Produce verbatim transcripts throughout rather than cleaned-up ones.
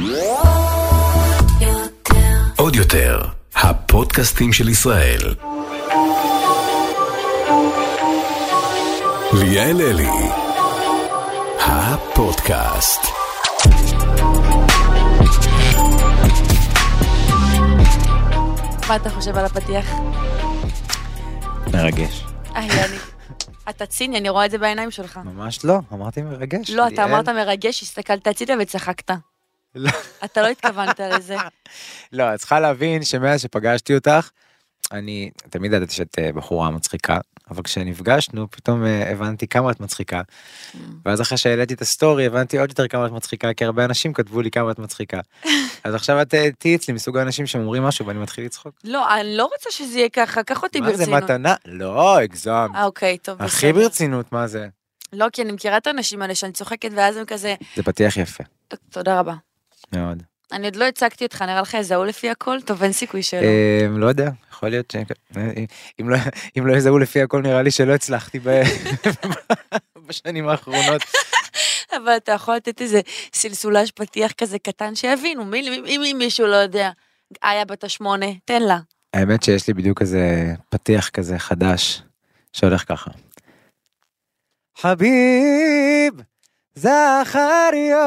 עוד יותר, הפודקאסטים של ישראל. ליאל אלי, הפודקאסט. מה אתה חושב על הפתיח? מרגש. איי, אני... אתה ציני, אני רואה את זה בעיניים שלך. ממש לא, אמרתי מרגש. לא, אתה אמרת מרגש, הסתכלת הצידה וצחקת. לא. אתה לא התכוונת לזה. לא, את צריכה להבין שמאז שפגשתי אותך, אני תמיד ידעתי שאת בחורה מצחיקה, אבל כשנפגשנו פתאום הבנתי כמה את מצחיקה, ואז אחרי שהעליתי את הסטורי הבנתי עוד יותר כמה את מצחיקה, כי הרבה אנשים כתבו לי כמה את מצחיקה. אז עכשיו את תהיי אצלי מסוג האנשים שאומרים משהו ואני מתחיל לצחוק. לא, אני לא רוצה שזה יהיה ככה, קח אותי ברצינות. מה זה מתנה? לא, הגזמת. אה, אוקיי, טוב, בסדר. הכי ברצינות, מה זה? לא, כי אני מכירה את האנשים האלה שאני צוחקת ואז הם כזה... זה פתיח יפה. תודה רבה. מאוד. אני עוד לא הצגתי אותך, נראה לך יזהו לפי הכל? טוב, אין סיכוי שלא. לא יודע, יכול להיות ש... אם לא יזהו לפי הכל נראה לי שלא הצלחתי בשנים האחרונות. אבל אתה יכול לתת איזה סלסולש פתיח כזה קטן שיבינו, אם מישהו לא יודע, איה בת השמונה, תן לה. האמת שיש לי בדיוק איזה פתיח כזה חדש, שהולך ככה. חביב, זכריו.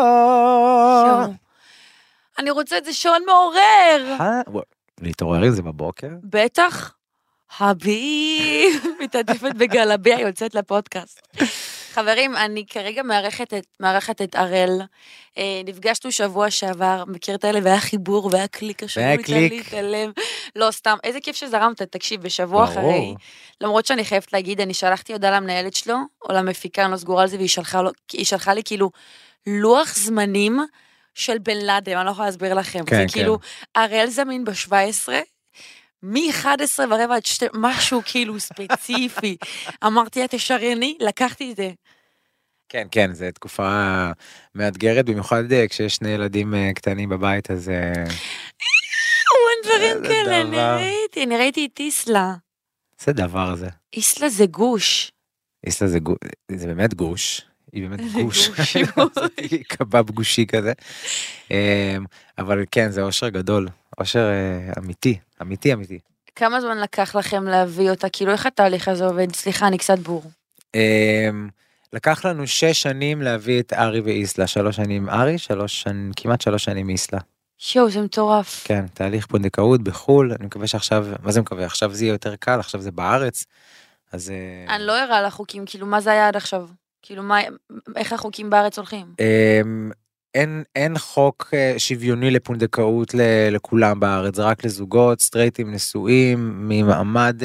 אני רוצה את זה שעון מעורר. להתעורר עם זה בבוקר? בטח. חביב, מתעדפת בגלביה, יוצאת לפודקאסט. חברים, אני כרגע מערכת את, מערכת את אראל, אה, נפגשנו שבוע שעבר, מכיר את האלה, והיה חיבור, והיה קליק, השבוע מתעלית הלב, לא סתם, איזה כיף שזרמת, תקשיב, בשבוע ברור. אחרי, למרות שאני חייבת להגיד, אני שלחתי הודעה למנהלת שלו, או למפיקה, אני לא סגורה על זה, והיא שלחה, לו, היא שלחה לי כאילו, לוח זמנים של בן לאדם, אני לא יכולה להסביר לכם, כן, וכאילו, כן. אראל זמין ב-שבע עשרה, מ-אחת עשרה ורבע עד שתי, משהו כאילו ספציפי. אמרתי, את השרייני, לקחתי את זה. כן, כן, זו תקופה מאתגרת, במיוחד כשיש שני ילדים קטנים בבית, אז... אין דברים כאלה, אני ראיתי, אני ראיתי את איסלה. זה דבר זה. איסלה זה גוש. איסלה זה גוש, זה באמת גוש. היא באמת גוש. היא קבב גושי כזה. אבל כן, זה אושר גדול. אושר אמיתי, אמיתי, אמיתי. כמה זמן לקח לכם להביא אותה? כאילו, איך התהליך הזה עובד? סליחה, אני קצת בור. לקח לנו שש שנים להביא את ארי ואיסלה. שלוש שנים ארי, שלוש שנים, כמעט שלוש שנים איסלה. שואו, זה מטורף. כן, תהליך פונדקאות בחול. אני מקווה שעכשיו, מה זה מקווה? עכשיו זה יהיה יותר קל, עכשיו זה בארץ. אז... אני לא אראה לחוקים, כאילו, מה זה היה עד עכשיו? כאילו, מה, איך החוקים בארץ הולכים? אין, אין חוק שוויוני לפונדקאות לכולם בארץ, זה רק לזוגות, סטרייטים, נשואים, ממעמד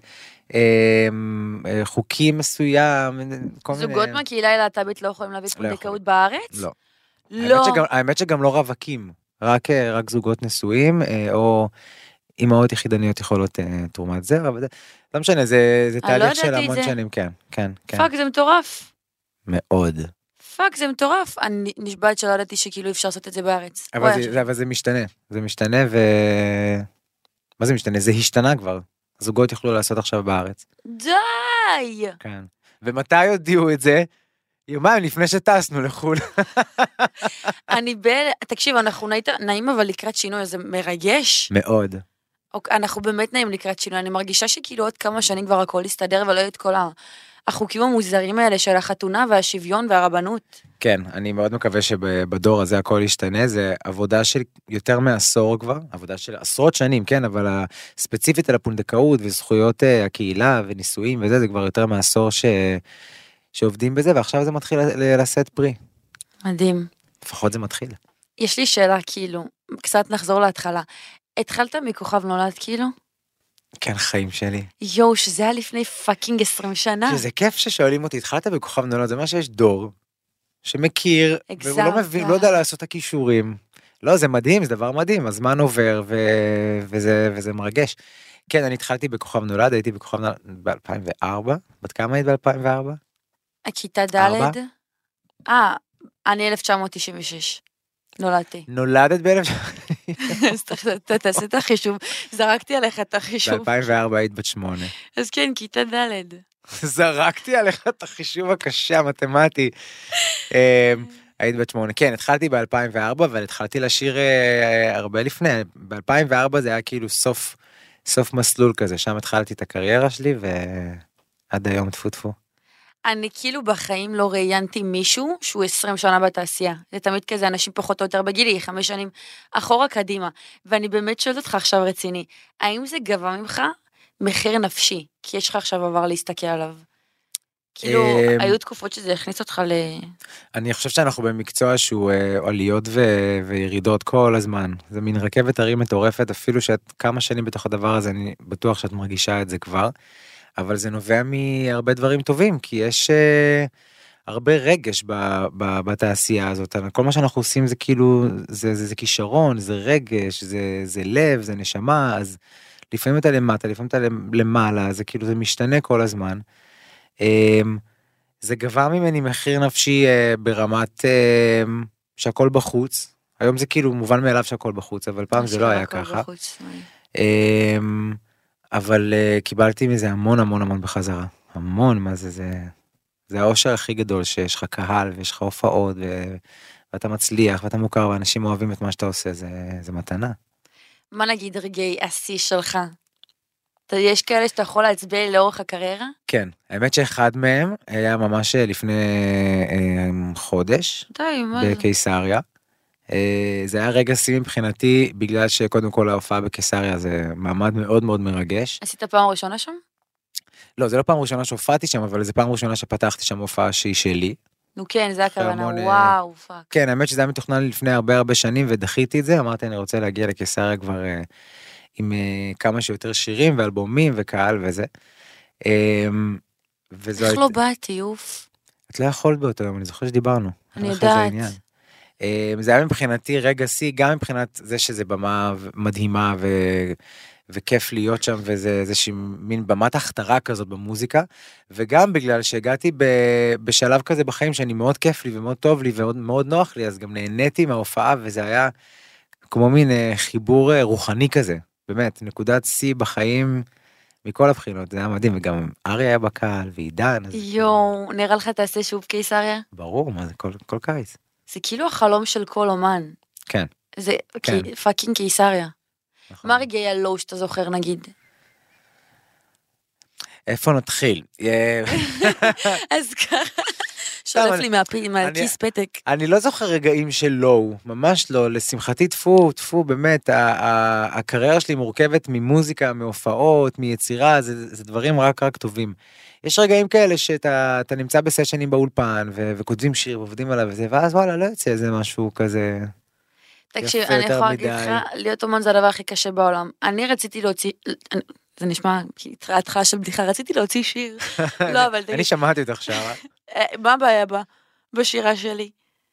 חוקים מסוים. זוגות מהקהילה הלהט"בית לא יכולים להביא פונדקאות בארץ? לא. לא. האמת שגם, האמת שגם לא רווקים, רק, רק זוגות נשואים, או אמהות יחידניות יכולות תרומת זרע, אבל זה, לא משנה, זה, זה תהליך של המון שנים, כן, כן, כן. פאק, זה מטורף. מאוד. פאק, זה מטורף. אני נשבעת שלא ידעתי שכאילו אפשר לעשות את זה בארץ. אבל זה, אבל זה משתנה. זה משתנה ו... מה זה משתנה? זה השתנה כבר. זוגות יוכלו לעשות עכשיו בארץ. די! כן. ומתי הודיעו את זה? יומיים לפני שטסנו לחול. אני ב... תקשיב, אנחנו נעים אבל לקראת שינוי, זה מרגש. מאוד. אנחנו באמת נעים לקראת שינוי. אני מרגישה שכאילו עוד כמה שנים כבר הכל יסתדר ולא יהיה את כל ה... החוקים המוזרים האלה של החתונה והשוויון והרבנות. כן, אני מאוד מקווה שבדור הזה הכל ישתנה, זה עבודה של יותר מעשור כבר, עבודה של עשרות שנים, כן, אבל הספציפית על הפונדקאות וזכויות הקהילה ונישואים וזה, זה כבר יותר מעשור ש... שעובדים בזה, ועכשיו זה מתחיל לשאת פרי. מדהים. לפחות זה מתחיל. יש לי שאלה, כאילו, קצת נחזור להתחלה. התחלת מכוכב נולד, כאילו? כן, חיים שלי. יואו, שזה היה לפני פאקינג עשרים שנה. שזה כיף ששואלים אותי, התחלת בכוכב נולד, זה מה שיש דור, שמכיר, והוא לא מבין, לא יודע לעשות את הכישורים. לא, זה מדהים, זה דבר מדהים, הזמן עובר, ו- וזה, וזה מרגש. כן, אני התחלתי בכוכב נולד, הייתי בכוכב נולד ב-אלפיים וארבע, בת כמה היית ב-אלפיים וארבע? הכיתה ד'? אה, אני אלף תשע מאות תשעים ושש. נולדתי. נולדת באלף... אז תעשה את החישוב, זרקתי עליך את החישוב. ב-אלפיים וארבע היית בת שמונה. אז כן, כיתה ד'. זרקתי עליך את החישוב הקשה, המתמטי. היית בת שמונה, כן, התחלתי ב-אלפיים וארבע, אבל התחלתי לשיר אה, הרבה לפני, ב-אלפיים וארבע זה היה כאילו סוף, סוף מסלול כזה, שם התחלתי את הקריירה שלי, ועד היום טפו טפו. אני כאילו בחיים לא ראיינתי מישהו שהוא עשרים שנה בתעשייה. זה תמיד כזה אנשים פחות או יותר בגילי, חמש שנים אחורה קדימה. ואני באמת שואלת אותך עכשיו רציני, האם זה גבה ממך מחיר נפשי? כי יש לך עכשיו עבר להסתכל עליו. כאילו, היו תקופות שזה הכניס אותך ל... אני חושב שאנחנו במקצוע שהוא עליות ו- וירידות כל הזמן. זה מין רכבת הרים מטורפת, אפילו שאת כמה שנים בתוך הדבר הזה, אני בטוח שאת מרגישה את זה כבר. אבל זה נובע מהרבה דברים טובים, כי יש uh, הרבה רגש ב- ב- בתעשייה הזאת. כל מה שאנחנו עושים זה כאילו, זה, זה, זה כישרון, זה רגש, זה, זה לב, זה נשמה, אז לפעמים אתה למטה, לפעמים אתה למעלה, זה כאילו, זה משתנה כל הזמן. Um, זה גבה ממני מחיר נפשי uh, ברמת uh, שהכל בחוץ. היום זה כאילו מובן מאליו שהכל בחוץ, אבל פעם זה לא היה ככה. בחוץ, um, אבל uh, קיבלתי מזה המון המון המון בחזרה. המון, מה זה, זה, זה האושר הכי גדול שיש לך קהל ויש לך הופעות ו, ואתה מצליח ואתה מוכר ואנשים אוהבים את מה שאתה עושה, זה, זה מתנה. מה נגיד רגעי השיא שלך? יש כאלה שאתה יכול להצביע לאורך הקריירה? כן, האמת שאחד מהם היה ממש לפני אה, חודש, די, בקיסריה. אה, זה היה רגע שיא מבחינתי, בגלל שקודם כל ההופעה בקיסריה זה מעמד מאוד מאוד מרגש. עשית פעם ראשונה שם? לא, זה לא פעם ראשונה שהופעתי שם, אבל זה פעם ראשונה שפתחתי שם הופעה שהיא שלי. נו כן, זה הכוונה, וואו, פאק. כן, האמת שזה היה מתוכנן לפני הרבה הרבה שנים, ודחיתי את זה, אמרתי אני רוצה להגיע לקיסריה כבר... עם uh, כמה שיותר שירים ואלבומים וקהל וזה. Um, איך היית... לא באתי, אוף? את לא יכולת באותו יום, אני זוכר שדיברנו. אני יודעת. Um, זה היה מבחינתי רגע שיא, גם מבחינת זה שזה במה מדהימה ו... וכיף להיות שם, וזה איזושהי מין במת הכתרה כזאת במוזיקה, וגם בגלל שהגעתי ב... בשלב כזה בחיים שאני מאוד כיף לי ומאוד טוב לי ומאוד נוח לי, אז גם נהניתי מההופעה, וזה היה כמו מין uh, חיבור uh, רוחני כזה. באמת, נקודת שיא בחיים מכל הבחינות, זה היה מדהים, וגם אריה היה בקהל, ועידן. יואו, נראה לך תעשה שוב קיסריה? ברור, מה זה, כל, כל קיץ. זה כאילו החלום של כל אומן. כן. זה כן. כי, פאקינג קיסריה. נכון. מה רגעי הלואו שאתה זוכר נגיד? איפה נתחיל? אז ככה... שולף לי מהכיס פתק. אני לא זוכר רגעים של לואו, ממש לא, לשמחתי תפו, תפו, באמת, הקריירה שלי מורכבת ממוזיקה, מהופעות, מיצירה, זה דברים רק רק טובים. יש רגעים כאלה שאתה נמצא בסשנים באולפן, וכותבים שיר, ועובדים עליו וזה, ואז וואלה, לא יוצא איזה משהו כזה... תקשיב, אני יכולה להגיד לך, להיות אומן זה הדבר הכי קשה בעולם. אני רציתי להוציא... זה נשמע, התחלה של בדיחה, רציתי להוציא שיר. לא, אבל... אני שמעתי אותך שרה. מה הבעיה בה? בשירה שלי.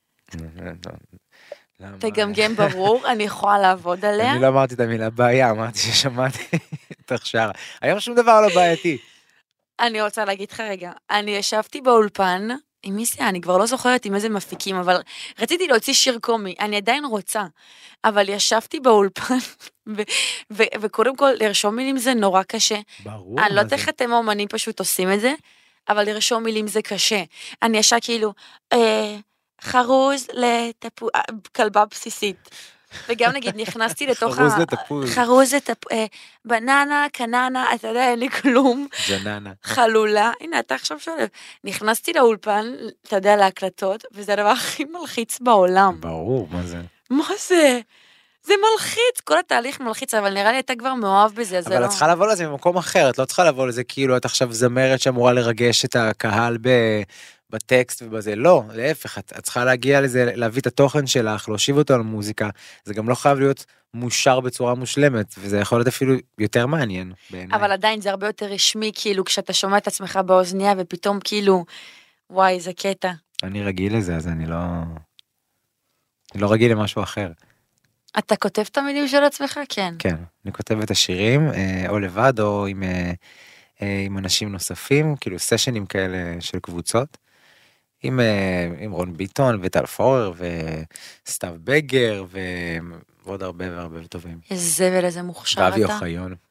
תגמגם ברור, אני יכולה לעבוד עליה. אני לא אמרתי את המילה בעיה, אמרתי ששמעתי אותך שרה. היום שום דבר לא בעייתי. אני רוצה להגיד לך רגע, אני ישבתי באולפן, עם מי זה? אני כבר לא זוכרת עם איזה מפיקים, אבל רציתי להוציא שיר קומי, אני עדיין רוצה, אבל ישבתי באולפן, וקודם כל לרשום מילים זה נורא קשה. ברור. אני לא יודעת איך אתם האומנים פשוט עושים את זה, אבל לרשום מילים זה קשה. אני ישר כאילו, חרוז לתפוז, כלבה בסיסית. וגם נגיד נכנסתי לתוך חרוז לתפוז. חרוז לתפוז, בננה, קננה, אתה יודע, אין לי כלום. ז'ננה. חלולה, הנה אתה עכשיו שואל. נכנסתי לאולפן, אתה יודע, להקלטות, וזה הדבר הכי מלחיץ בעולם. ברור, מה זה? מה זה? זה מלחיץ, כל התהליך מלחיץ, אבל נראה לי אתה כבר מאוהב בזה, זה לא... אבל את צריכה לבוא לזה במקום אחר, את לא צריכה לבוא לזה כאילו את עכשיו זמרת שאמורה לרגש את הקהל בטקסט ובזה, לא, להפך, את צריכה להגיע לזה, להביא את התוכן שלך, להושיב אותו על מוזיקה, זה גם לא חייב להיות מושר בצורה מושלמת, וזה יכול להיות אפילו יותר מעניין בעיניי. אבל עדיין זה הרבה יותר רשמי, כאילו, כשאתה שומע את עצמך באוזניה, ופתאום כאילו, וואי, זה קטע. אני רגיל לזה, אז אני לא... אני לא רגיל למשהו אחר. אתה כותב את המילים של עצמך? כן. כן, אני כותב את השירים, או לבד, או עם, עם אנשים נוספים, כאילו סשנים כאלה של קבוצות, עם, עם רון ביטון, וטל פורר, וסתיו בגר, ועוד הרבה והרבה טובים. איזה זבל, איזה מוכשר אתה. ואבי אוחיון.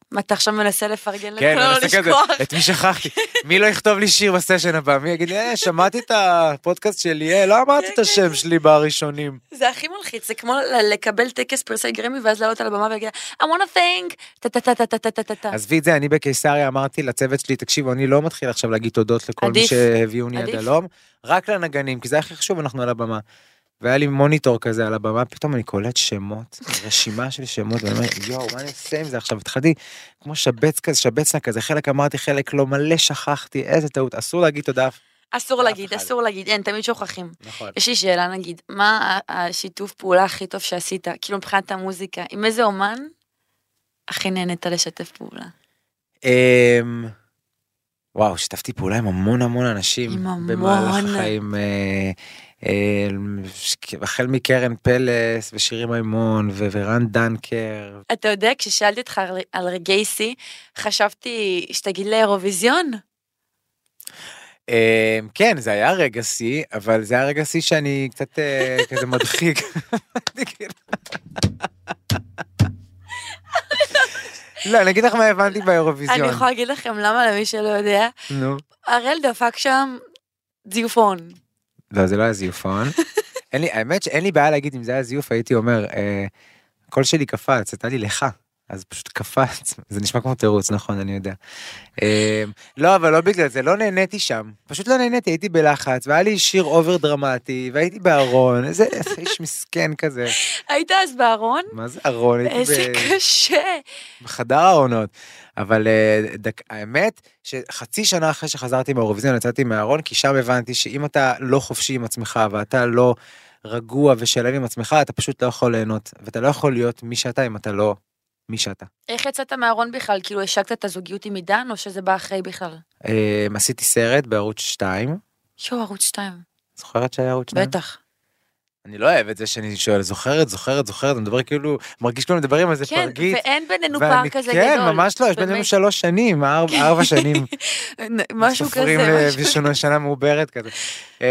מה, אתה עכשיו מנסה לפרגן כן, לכולם, לא אני מנסה כזה, לשכוח? את מי שכחתי? מי לא יכתוב לי שיר בסשן הבא? מי יגיד לי, אה, שמעתי את הפודקאסט שלי, אה, לא אמרתי את השם שלי בראשונים. זה הכי מלחיץ, זה כמו ל- לקבל טקס פרסי גרמי, ואז לעלות על הבמה ולהגיד, I want to thank, טה-טה-טה-טה-טה-טה-טה. עזבי את זה, אני בקיסריה אמרתי לצוות שלי, תקשיבו, אני לא מתחיל עכשיו להגיד תודות לכל מי עדיף. שהביאוני עד עדיף. הלום, רק לנגנים, כי זה הכי חשוב, אנחנו על הבמה. והיה לי מוניטור כזה על הבמה, פתאום אני קולט שמות, רשימה של שמות, ואני אומר, יואו, מה אני אעשה עם זה עכשיו? התחלתי כמו שבץ כזה, שבצנה כזה, חלק אמרתי, חלק לא, מלא שכחתי, איזה טעות, אסור להגיד תודה. אסור להגיד, אחד. אסור להגיד, אין, תמיד שוכחים. נכון. יש לי שאלה, נגיד, מה ה- השיתוף פעולה הכי טוב שעשית? כאילו מבחינת המוזיקה, עם איזה אומן הכי נהנית לשתף פעולה? אמ, וואו, שיתפתי פעולה עם המון המון אנשים. עם המון. במהלך החיים, אה, אה, החל מקרן פלס ושירי מימון ו- ורן דנקר. אתה יודע, כששאלתי אותך על- על רגעי שיא, חשבתי שתגיד לאירוויזיון. אמ, כן, זה היה רגע שיא, אבל זה היה רגע שיא שאני קצת אה, כזה מדחיק. לא, אני אגיד לך מה הבנתי באירוויזיון. אני יכולה להגיד לכם למה, למי שלא יודע, נו. הראל דפק שם זיופון. לא, זה לא היה זיופון. אין לי, האמת שאין לי בעיה להגיד אם זה היה זיוף, הייתי אומר, אה, הקול שלי קפץ, הייתה לי לך, אז פשוט קפץ, זה נשמע כמו תירוץ, נכון, אני יודע. אה, לא, אבל לא בגלל זה, לא נהניתי שם, פשוט לא נהניתי, הייתי בלחץ, והיה לי שיר אובר דרמטי, והייתי בארון, איזה איזה איש מסכן כזה. היית אז בארון? מה זה ארון? הייתי איזה ב- קשה. בחדר הארונות. אבל אה, דק, האמת שחצי שנה אחרי שחזרתי מהאירוויזיון יצאתי מהארון, כי שם הבנתי שאם אתה לא חופשי עם עצמך ואתה לא רגוע ושלם עם עצמך, אתה פשוט לא יכול ליהנות, ואתה לא יכול להיות מי שאתה אם אתה לא מי שאתה. איך יצאת מהארון בכלל? כאילו השקת את הזוגיות עם עידן, או שזה בא אחרי בכלל? אה, עשיתי סרט בערוץ שתיים, יו, ערוץ שתיים. זוכרת שהיה ערוץ שתיים? בטח. אני לא אוהב את זה שאני שואל, זוכרת, זוכרת, זוכרת, אני מדבר כאילו, מרגיש כאילו מדברים על זה כן, פרגית. ואין בינינו ואני- פער כזה גדול. כן, ממש לא, יש בינינו באמת. שלוש שנים, ארבע ארבע שנים. משהו סופרים כזה. משהו- לשנה שנה מעוברת כזה. אמ,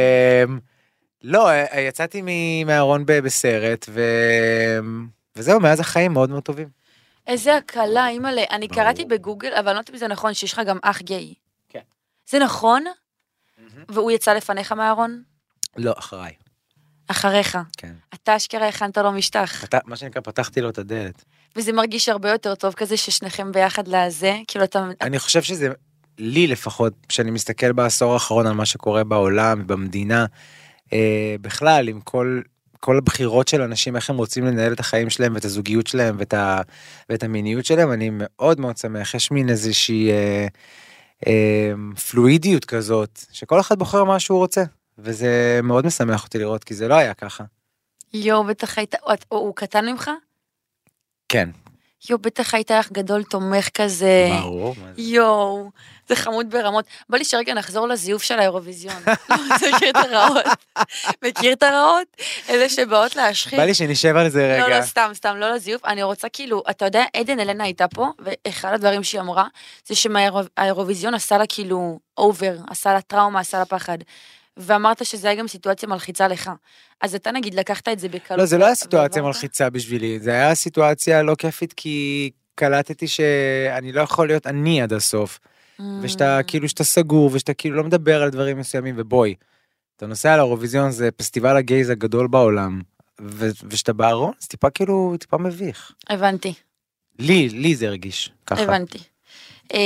לא, אה, יצאתי מ- מהארון ב- בסרט, ו- וזהו, מאז החיים מאוד מאוד טובים. איזה הקלה, אימא'לה. אני ברור. קראתי בגוגל, אבל אני לא יודעת אם זה נכון, שיש לך גם אח גיי. כן. זה נכון? והוא יצא לפניך מהארון? לא, אחריי. אחריך. כן. אתה אשכרה הכנת לו משטח. פת- מה שנקרא, פתחתי לו את הדלת. וזה מרגיש הרבה יותר טוב כזה ששניכם ביחד לזה, כאילו אתה... אני חושב שזה, לי לפחות, כשאני מסתכל בעשור האחרון על מה שקורה בעולם, במדינה, אה, בכלל, עם כל... כל הבחירות של אנשים, איך הם רוצים לנהל את החיים שלהם ואת הזוגיות שלהם ואת, ה, ואת המיניות שלהם, אני מאוד מאוד שמח. יש מין איזושהי אה, אה, פלואידיות כזאת, שכל אחד בוחר מה שהוא רוצה, וזה מאוד משמח אותי לראות, כי זה לא היה ככה. יו, בטח היית... הוא, הוא קטן ממך? כן. יו, בטח היית אח גדול תומך כזה. ברור. מה זה? יואו, זה חמוד ברמות. בוא לי שרגע נחזור לזיוף של האירוויזיון. לא, זה מכיר את הרעות. מכיר את הרעות? אלה שבאות להשחית. בא לי שנשב על זה לא, רגע. לא, סתם, סתם, לא לזיוף. אני רוצה כאילו, אתה יודע, עדן אלנה הייתה פה, ואחד הדברים שהיא אמרה, זה שהאירוויזיון עשה לה כאילו אובר, עשה לה טראומה, עשה לה פחד. ואמרת שזה היה גם סיטואציה מלחיצה לך. אז אתה נגיד לקחת את זה בקלות. לא, זה לא היה סיטואציה ועברת? מלחיצה בשבילי, זה היה סיטואציה לא כיפית, כי קלטתי שאני לא יכול להיות אני עד הסוף. Mm. ושאתה כאילו שאתה סגור, ושאתה כאילו לא מדבר על דברים מסוימים, ובואי, אתה נוסע על האירוויזיון, זה פסטיבל הגייז הגדול בעולם, ו- ושאתה בארון, זה טיפה כאילו, טיפה מביך. הבנתי, לי, לי זה הרגיש, ככה. הבנתי. אמ,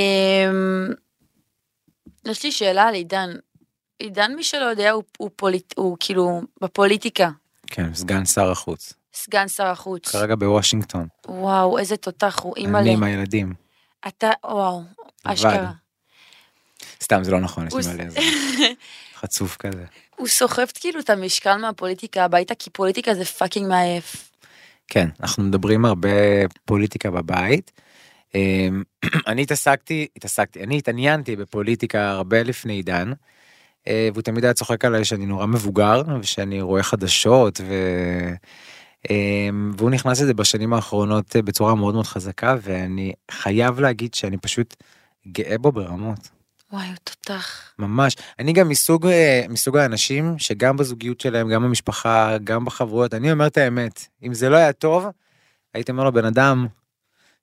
יש לי שאלה על עידן. עידן, מי שלא יודע, הוא, הוא, פוליט, הוא כאילו בפוליטיקה, כן, סגן שר החוץ. סגן שר החוץ. כרגע בוושינגטון. וואו, איזה תותח הוא, אני אימא'לה. עם הילדים. אתה, וואו, לבד. אשכרה. סתם, זה לא נכון, יש הוא לי מלא זה. חצוף כזה. הוא סוחב כאילו את המשקל מהפוליטיקה הביתה, כי פוליטיקה זה פאקינג מעייף. כן, אנחנו מדברים הרבה פוליטיקה בבית. אמ, אני התעסקתי, התעסקתי, אני התעניינתי בפוליטיקה הרבה לפני עידן, אה, והוא תמיד היה צוחק עליי שאני נורא מבוגר, ושאני רואה חדשות, ו... אמ, והוא נכנס לזה בשנים האחרונות בצורה מאוד מאוד חזקה, ואני חייב להגיד שאני פשוט גאה בו ברמות. וואי, הוא תותח. ממש. אני גם מסוג, אה, מסוג האנשים שגם בזוגיות שלהם, גם במשפחה, גם בחברויות, אני אומר את האמת, אם זה לא היה טוב, הייתי אומר לו, בן אדם,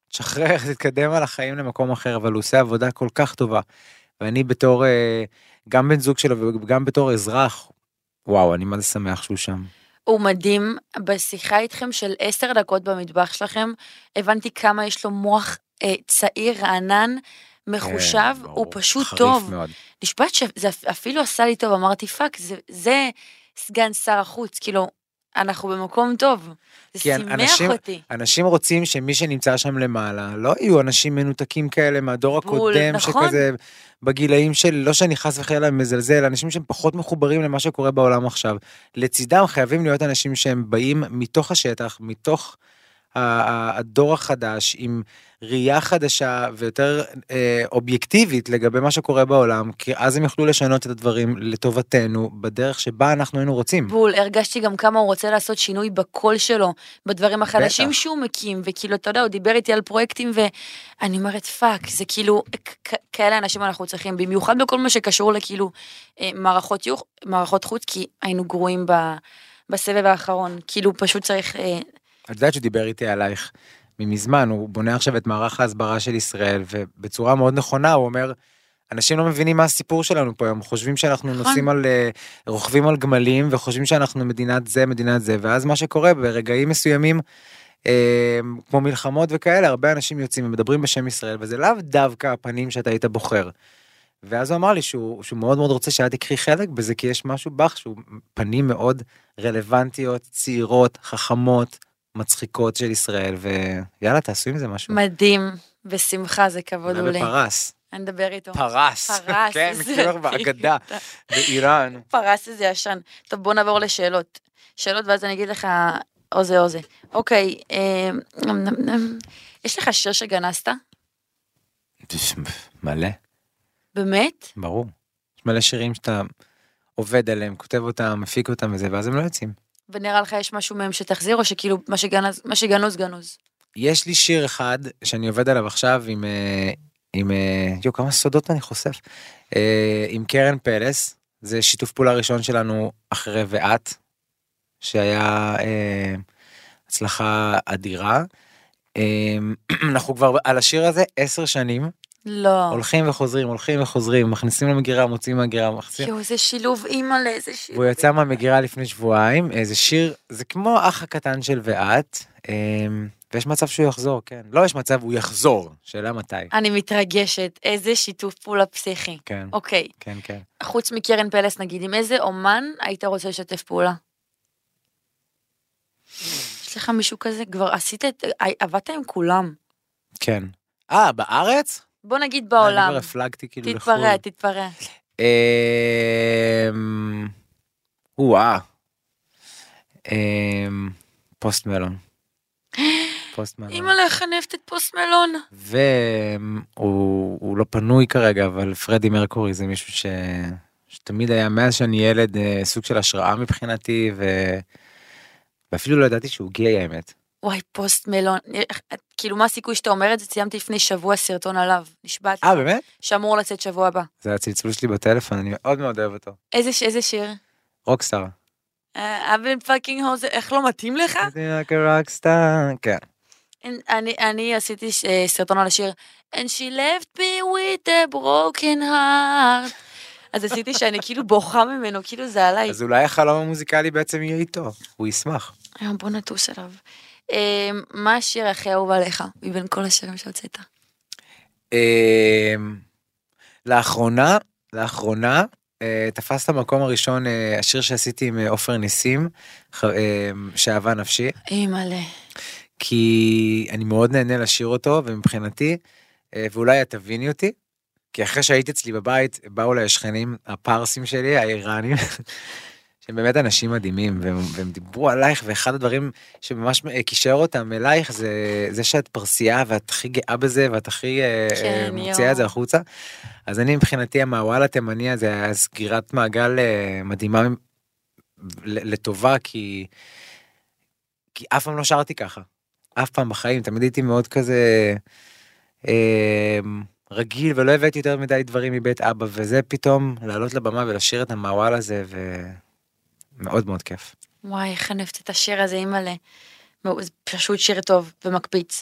תשחרר, תתקדם על החיים למקום אחר, אבל הוא עושה עבודה כל כך טובה. ואני בתור, גם בן זוג שלו וגם בתור אזרח, וואו, אני מה זה שמח שהוא שם. הוא מדהים, בשיחה איתכם של עשר דקות במטבח שלכם, הבנתי כמה יש לו מוח אה, צעיר, רענן, מחושב, כן, הוא פשוט חריף טוב. מאוד. נשבעת שזה אפילו עשה לי טוב, אמרתי פאק, זה, זה סגן שר החוץ, כאילו, אנחנו במקום טוב. זה שימח אנשים, אותי. אנשים רוצים שמי שנמצא שם למעלה, לא יהיו אנשים מנותקים כאלה מהדור בול, הקודם, נכון. שכזה בגילאים של, לא שאני חס וחלילה מזלזל, אנשים שהם פחות מחוברים למה שקורה בעולם עכשיו. לצידם חייבים להיות אנשים שהם באים מתוך השטח, מתוך הדור החדש, עם ראייה חדשה ויותר אה, אובייקטיבית לגבי מה שקורה בעולם, כי אז הם יוכלו לשנות את הדברים לטובתנו, בדרך שבה אנחנו היינו רוצים. בול, הרגשתי גם כמה הוא רוצה לעשות שינוי בקול שלו, בדברים החדשים בטח. שהוא מקים, וכאילו, אתה יודע, הוא דיבר איתי על פרויקטים, ואני אומרת, פאק, זה כאילו, כ- כאלה אנשים אנחנו צריכים, במיוחד בכל מה שקשור לכאילו, אה, מערכות, יוח, מערכות חוץ, כי היינו גרועים ב, בסבב האחרון, כאילו, פשוט צריך... אה, את יודעת שדיבר איתי עלייך ממזמן, הוא בונה עכשיו את מערך ההסברה של ישראל, ובצורה מאוד נכונה הוא אומר, אנשים לא מבינים מה הסיפור שלנו פה, הם חושבים שאנחנו נכון. נוסעים על, רוכבים על גמלים, וחושבים שאנחנו מדינת זה, מדינת זה, ואז מה שקורה ברגעים מסוימים, אה, כמו מלחמות וכאלה, הרבה אנשים יוצאים ומדברים בשם ישראל, וזה לאו דווקא הפנים שאתה היית בוחר. ואז הוא אמר לי שהוא, שהוא מאוד מאוד רוצה שאת תקחי חלק בזה, כי יש משהו בך, שהוא פנים מאוד רלוונטיות, צעירות, חכמות, מצחיקות של ישראל, ויאללה, תעשו עם זה משהו. מדהים, בשמחה, זה כבוד עולה. בפרס. אני אדבר איתו. פרס. פרס. כן, מכיר באגדה, באיראן. פרס איזה ישן. טוב, בוא נעבור לשאלות. שאלות, ואז אני אגיד לך, או זה או זה. אוקיי, אה, יש לך שיר שגנזת? מלא. באמת? ברור. יש מלא שירים שאתה עובד עליהם, כותב אותם, מפיק אותם וזה, ואז הם לא יוצאים. ונראה לך יש משהו מהם שתחזיר, או שכאילו מה שגנז, מה שגנוז גנוז? יש לי שיר אחד שאני עובד עליו עכשיו עם, עם, יו, כמה סודות אני חושף, עם קרן פלס, זה שיתוף פעולה ראשון שלנו אחרי ואת, שהיה הצלחה אדירה. אנחנו כבר על השיר הזה עשר שנים, לא. הולכים וחוזרים, הולכים וחוזרים, מכניסים למגירה, מוציאים מהמגירה, מכניסים. יו, זה שילוב אימא לאיזה שילוב. והוא יצא מהמגירה לפני שבועיים, איזה שיר, זה כמו אח הקטן של ואת, ויש מצב שהוא יחזור, כן. לא יש מצב, הוא יחזור, שאלה מתי. אני מתרגשת, איזה שיתוף פעולה פסיכי. כן. אוקיי. כן, כן. חוץ מקרן פלס, נגיד, עם איזה אומן היית רוצה לשתף פעולה? יש לך מישהו כזה? כבר עשית את... עבדת עם כולם. כן. אה, בארץ? בוא נגיד בעולם. אני כבר הפלגתי כאילו לחול. תתפרע, תתפרע. וואה. פוסט מלון. פוסט מלון. אמא לחנפת את פוסט מלון. והוא לא פנוי כרגע, אבל פרדי מרקורי זה מישהו ש... שתמיד היה מאז שאני ילד סוג של השראה מבחינתי, ו... ואפילו לא ידעתי שהוא גיי האמת. וואי, פוסט מלון. כאילו מה הסיכוי שאתה אומר את זה? ציימתי לפני שבוע סרטון עליו. נשבעת. אה, באמת? שאמור לצאת שבוע הבא. זה הצלצול שלי בטלפון, אני מאוד מאוד אוהב אותו. איזה, איזה שיר? רוקסטאר. I've been fucking hose, איך לא מתאים לך? like a rockstar, כן. אני, אני עשיתי סרטון על השיר, and she left me with a broken heart. אז עשיתי שאני כאילו בוכה ממנו, כאילו זה עליי. אז אולי החלום המוזיקלי בעצם יהיה איתו, הוא ישמח. בוא נטוס עליו. מה השיר הכי אהוב עליך, מבין כל השירים שהוצאת? לאחרונה, לאחרונה, תפס את המקום הראשון, השיר שעשיתי עם עופר ניסים, שאהבה נפשי. אימא'לה. כי אני מאוד נהנה לשיר אותו, ומבחינתי, ואולי את תביני אותי, כי אחרי שהייתי אצלי בבית, באו לי השכנים, הפרסים שלי, האיראנים, שהם באמת אנשים מדהימים, והם, והם דיברו עלייך, ואחד הדברים שממש קישר אותם אלייך, זה, זה שאת פרסייה, ואת הכי גאה בזה, ואת הכי כן, מוציאה את זה החוצה. אז אני מבחינתי, המעוול התימני הזה, היה סגירת מעגל מדהימה לטובה, כי, כי אף פעם לא שרתי ככה. אף פעם בחיים, תמיד הייתי מאוד כזה אה, רגיל, ולא הבאתי יותר מדי דברים מבית אבא, וזה פתאום לעלות לבמה ולשיר את המעוול הזה, ומאוד מאוד כיף. וואי, איך חנפת את השיר הזה, אימא'לה. זה פשוט שיר טוב ומקפיץ.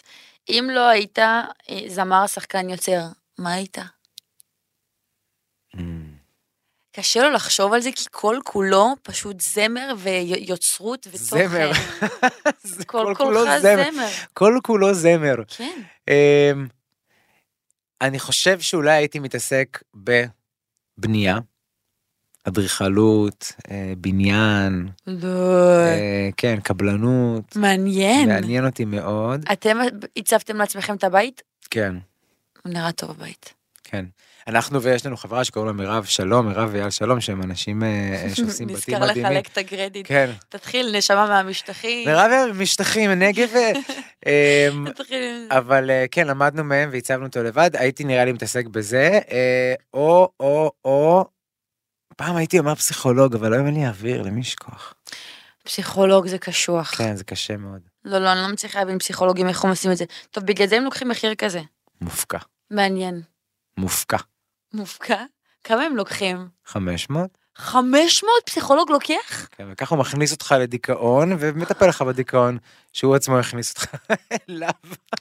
אם לא היית אה, זמר, שחקן, יוצר, מה היית? Mm. קשה לו לחשוב על זה, כי כל כולו פשוט זמר ויוצרות ותוכן. זמר. כל כל כולך כולו זמר. זמר. כל כולו זמר. כן. אמ, אני חושב שאולי הייתי מתעסק בבנייה, אדריכלות, אה, בניין, לא. אה, כן, קבלנות. מעניין. מעניין אותי מאוד. אתם הצבתם לעצמכם את הבית? כן, הוא נראה טוב הבית. כן. אנחנו ויש לנו חברה שקוראים לה מירב שלום, מירב ואייל שלום, שהם אנשים אה, שעושים בתים נזכר מדהימים. לחלק את הקרדיט. כן. תתחיל, נשמה מהמשטחים. מירב משטחים, נגב. אמ, תתחיל. אבל אה, כן, למדנו מהם והצבנו אותו לבד, הייתי נראה לי מתעסק בזה, אה, או, או, או, פעם הייתי אומר פסיכולוג, אבל היום אין לי אוויר, למי שכוח. פסיכולוג זה קשוח. כן, זה קשה מאוד. לא, לא, אני לא מצליחה להבין פסיכולוגים איך הם עושים את זה. טוב, בגלל זה הם לוקחים מחיר כזה. מופקע. מעניין. מופקע. מופקע? כמה הם לוקחים? חמש מאות? חמש מאות פסיכולוג לוקח? כן, וככה הוא מכניס אותך לדיכאון, ומטפל לך בדיכאון, שהוא עצמו הכניס אותך אליו.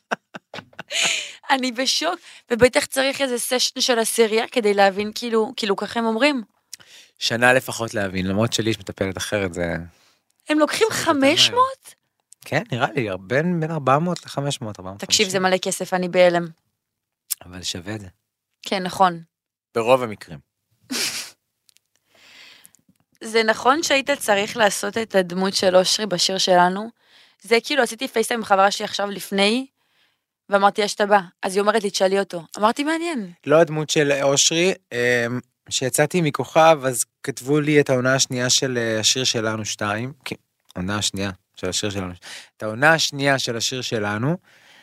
אני בשוק, ובטח צריך איזה סשן של עשירייה כדי להבין כאילו, כאילו ככה הם אומרים. שנה לפחות להבין, למרות שלי יש מטפלת אחרת, זה... הם לוקחים חמש מאות? כן, נראה לי, בין, בין ארבע מאות ל-חמש מאות, ארבע מאות וחמישים. תקשיב, זה מלא כסף, אני בהלם. אבל שווה את זה. כן, נכון. ברוב המקרים. זה נכון שהיית צריך לעשות את הדמות של אושרי בשיר שלנו? זה כאילו, עשיתי פייסטיים עם חברה שלי עכשיו לפני, ואמרתי, יש אתה בא. אז היא אומרת לי, תשאלי אותו. אמרתי, מעניין. לא הדמות של אושרי, שיצאתי מכוכב, אז כתבו לי את העונה השנייה של השיר שלנו שתיים, כן, העונה השנייה של השיר שלנו, את העונה השנייה של השיר שלנו,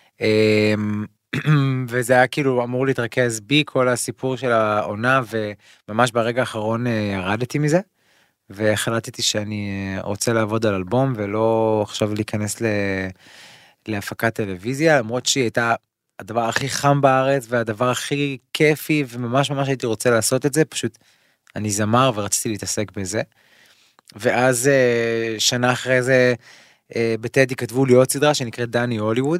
וזה היה כאילו אמור להתרכז בי כל הסיפור של העונה, וממש ברגע האחרון ירדתי מזה, והחלטתי שאני רוצה לעבוד על אלבום, ולא עכשיו להיכנס ל... להפקת טלוויזיה, למרות שהיא הייתה הדבר הכי חם בארץ, והדבר הכי כיפי, וממש ממש הייתי רוצה לעשות את זה, פשוט אני זמר ורציתי להתעסק בזה. ואז שנה אחרי זה, בטדי כתבו לי עוד סדרה שנקראת דני הוליווד,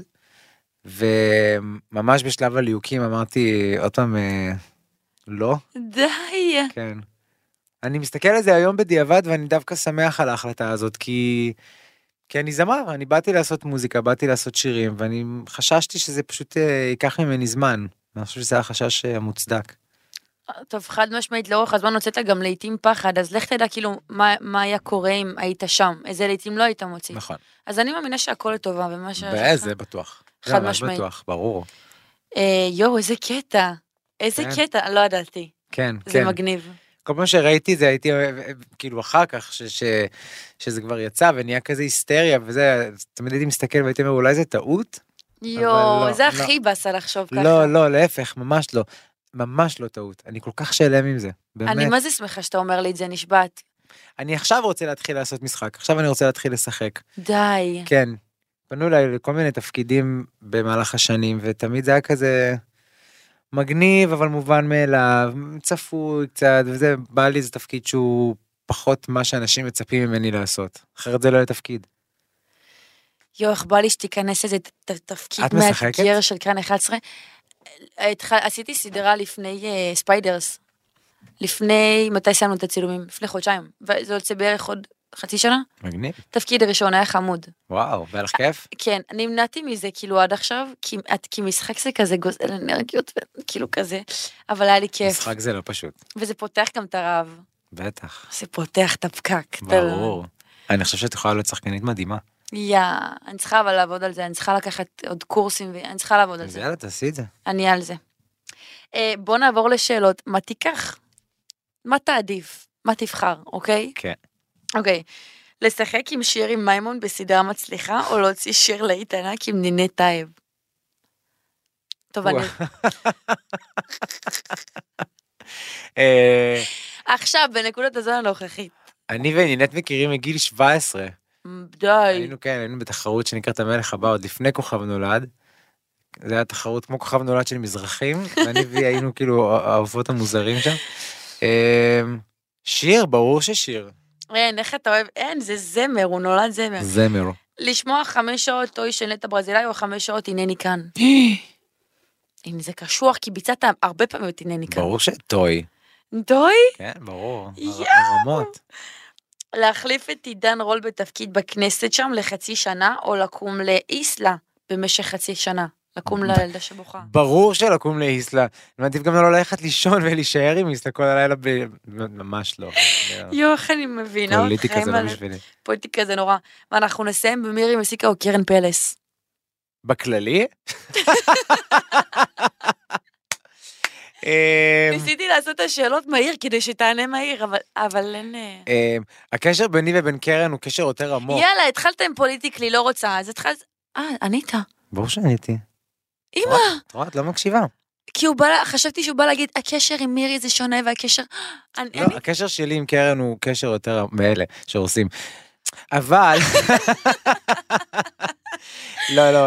וממש בשלב הליהוקים אמרתי עוד פעם, לא. די. כן. אני מסתכל על זה היום בדיעבד, ואני דווקא שמח על ההחלטה הזאת, כי... כי אני זמר, אני באתי לעשות מוזיקה, באתי לעשות שירים, ואני חששתי שזה פשוט ייקח ממני זמן. אני חושב שזה החשש המוצדק. טוב, חד משמעית, לאורך הזמן הוצאת גם לעתים פחד, אז לך תדע כאילו מה, מה היה קורה אם היית שם, איזה לעתים לא היית מוציא. נכון. אז אני מאמינה שהכל לטובה, ומה ש... באיזה בטוח. חד משמעית. בטוח, ברור. אה, יו, איזה קטע. איזה כן. קטע, לא ידעתי. כן, זה כן. מגניב. כל פעם שראיתי זה הייתי כאילו אחר כך ש, ש, שזה כבר יצא ונהיה כזה היסטריה וזה, תמיד הייתי מסתכל והייתי אומר אולי זה טעות? יו, לא, זה לא. הכי באסה לחשוב ככה. לא, לא, להפך, ממש לא. ממש לא טעות. אני כל כך שלם עם זה, באמת. אני מה זה שמחה שאתה אומר לי את זה, נשבעת. אני עכשיו רוצה להתחיל לעשות משחק, עכשיו אני רוצה להתחיל לשחק. די. כן, פנו אליי לכל מיני תפקידים במהלך השנים, ותמיד זה היה כזה מגניב, אבל מובן מאליו, צפוי קצת, וזה בא לי איזה תפקיד שהוא פחות מה שאנשים מצפים ממני לעשות. אחרת זה לא יהיה תפקיד. יו, איך בא לי שתיכנס איזה ת- תפקיד את משחקת? מאתגר של כאן אחת עשרה. התח- עשיתי סדרה לפני אה, ספיידרס. לפני, מתי סיימנו את הצילומים? לפני חודשיים. וזה יוצא בערך עוד חצי שנה. מגניב. תפקיד הראשון היה חמוד. וואו, והיה לך כיף? כן, נמנעתי מזה כאילו עד עכשיו, כי, כי משחק זה כזה גוזל אנרגיות, כאילו כזה, אבל היה לי כיף. משחק זה לא פשוט. וזה פותח גם את הרעב. בטח. זה פותח את הפקק. ברור. אני חושב שאת יכולה להיות שחקנית מדהימה. יא, אני צריכה אבל לעבוד על זה, אני צריכה לקחת עוד קורסים, ואני צריכה לעבוד על אז זה. יאללה, תעשי את זה. אני על זה. אה, בוא נעבור לשאלות, מה תיקח? מה תעדיף? מה תבחר, אוקיי? כן. אוקיי. לשחק עם שיר עם מימון בסדרה מצליחה, או להוציא שיר להיט ענק עם ניני טייב? טוב, אני... אה, עכשיו, בנקודת הזמן הנוכחית. אני ונינת מכירים מגיל שבע עשרה. די. היינו כן, היינו בתחרות שנקראת המלך הבא, עוד לפני כוכב נולד. זה היה תחרות כמו כוכב נולד של מזרחים, ואני והיא היינו כאילו האהובות המוזרים שם. אה, שיר, ברור ששיר. אין, איך אתה אוהב? אין, זה זמר, הוא נולד זמר. זמר. לשמוע חמש שעות טוי של נטע ברזילאי, או חמש שעות הנני כאן. אם זה קשוח, כי ביצעת הרבה פעמים את הנני כאן. ברור שטוי. טוי? כן, ברור. יאו. הרמות. להחליף את עידן רול בתפקיד בכנסת שם לחצי שנה, או לקום לאיסלה במשך חצי שנה. לקום לילדה שבוכה. ברור שלקום לאיסלה. מעדיף גם לא ללכת לישון ולהישאר עם איסלה כל הלילה, ממש לא. יו, איך אני מבינה אתכם. פוליטיקה זה לא בשבילי. פוליטיקה זה נורא. ואנחנו נסיים במירי מסיקה או קרן פלס. בכללי? ניסיתי לעשות את השאלות מהיר כדי שתענה מהיר, אבל אין... הקשר ביני ובין קרן הוא קשר יותר עמוק. יאללה, התחלת עם פוליטיקלי, לא רוצה, אז התחלת... אה, ענית. ברור שעניתי. אמא! תראה, את לא מקשיבה. כי הוא בא, חשבתי שהוא בא להגיד, הקשר עם מירי זה שונה, והקשר... לא, הקשר שלי עם קרן הוא קשר יותר מאלה שעושים. אבל... לא, לא,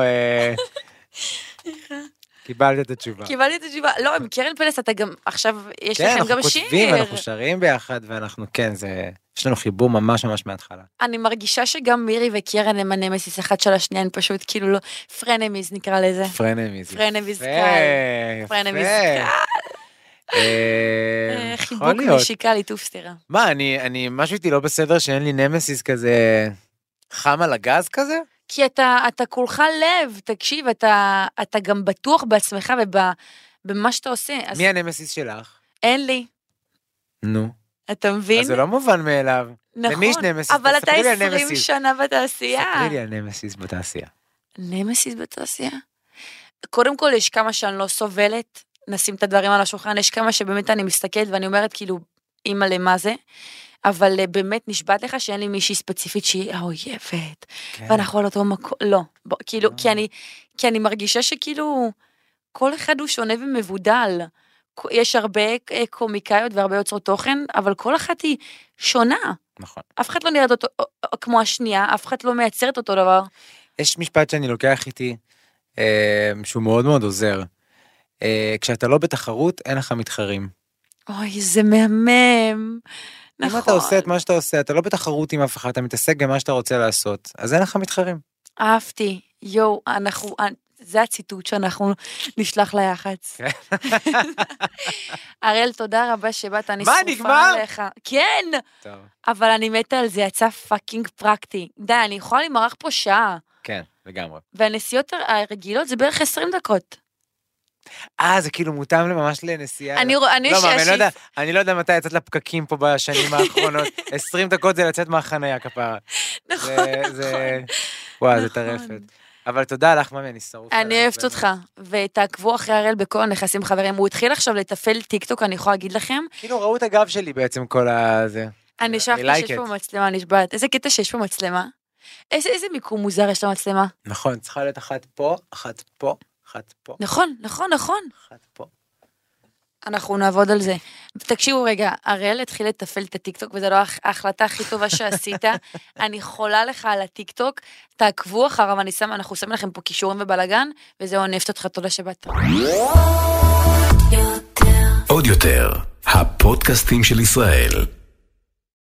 קיבלת את התשובה. קיבלתי את התשובה. לא, עם קרן פלס אתה גם, עכשיו יש לכם גם שיר. כן, אנחנו כותבים, אנחנו שרים ביחד, ואנחנו, כן, זה... יש לנו חיבור ממש ממש מההתחלה. אני מרגישה שגם מירי וקרן הם הנמסיס אחד של השנייה, הם פשוט כאילו לא... פרנמיז נקרא לזה. פרנמיז. פרנמיז קל. פרנמיז קל. חיבוק נשיקה ליטוף סתירה. מה, אני, משהו איתי לא בסדר שאין לי נמסיס כזה חם על הגז כזה? כי אתה, אתה כולך לב, תקשיב, אתה, אתה גם בטוח בעצמך ובמה שאתה עושה. מי הנמסיס שלך? אין לי. נו. אתה מבין? אז זה לא מובן מאליו. נכון. למי יש נמסיס? אבל אתה עשרים שנה בתעשייה. ספרי לי על נמסיס בתעשייה. נמסיס בתעשייה? קודם כל, יש כמה שאני לא סובלת, נשים את הדברים על השולחן, יש כמה שבאמת אני מסתכלת ואני אומרת כאילו, אמא למה זה? אבל באמת נשבעת לך שאין לי מישהי ספציפית שהיא האויבת, ואנחנו על אותו מקום, לא, כאילו, כי אני, כי אני מרגישה שכאילו, כל אחד הוא שונה ומבודל, יש הרבה קומיקאיות והרבה יוצרות תוכן, אבל כל אחת היא שונה. נכון. אף אחד לא נראית אותו כמו השנייה, אף אחד לא מייצרת אותו דבר. יש משפט שאני לוקח איתי, שהוא מאוד מאוד עוזר. כשאתה לא בתחרות, אין לך מתחרים. אוי, זה מהמם. נכון. אם אתה עושה את מה שאתה עושה, אתה לא בתחרות עם אף אחד, אתה מתעסק במה שאתה רוצה לעשות, אז אין לך מתחרים. אהבתי, יו, אנחנו, זה הציטוט שאנחנו נשלח ליחץ. אריאל, תודה רבה שבאת, אני שרופה עליך. כן, טוב. אבל אני מתה על זה, יצא פאקינג פרקטי. די, אני יכולה למרח פה שעה. כן, לגמרי. והנסיעות הרגילות זה בערך עשרים דקות. אה, זה כאילו מותאם ממש לנסיעה. אני אני לא יודע מתי יצאת לפקקים פה בשנים האחרונות. עשרים דקות זה לצאת מהחניה כפרה. נכון, נכון. וואו, זה טרפת. אבל תודה לך, ממי, אני שרוף. אני אוהבת אותך, ותעקבו אחרי הראל בכל הנכסים חברים. הוא התחיל עכשיו לטפל טיקטוק, אני יכולה להגיד לכם. כאילו ראו את הגב שלי בעצם כל הזה. אני שכחתי שיש פה מצלמה, נשבעת. איזה קטע שיש פה מצלמה? איזה מיקום מוזר יש למצלמה? נכון, צריכה להיות אחת פה, אחת פה. אחת פה. נכון, נכון, נכון. אחת פה. אנחנו נעבוד על זה. תקשיבו רגע, הראל התחיל לטפל את הטיקטוק, וזו לא ההחלטה הכי טובה שעשית. אני חולה לך על הטיקטוק, תעקבו אחריו, אני שם, אנחנו שמים לכם פה קישורים ובלגן, וזהו, אני אוהבת אותך, תודה שבאת. עוד יותר, הפודקאסטים של ישראל.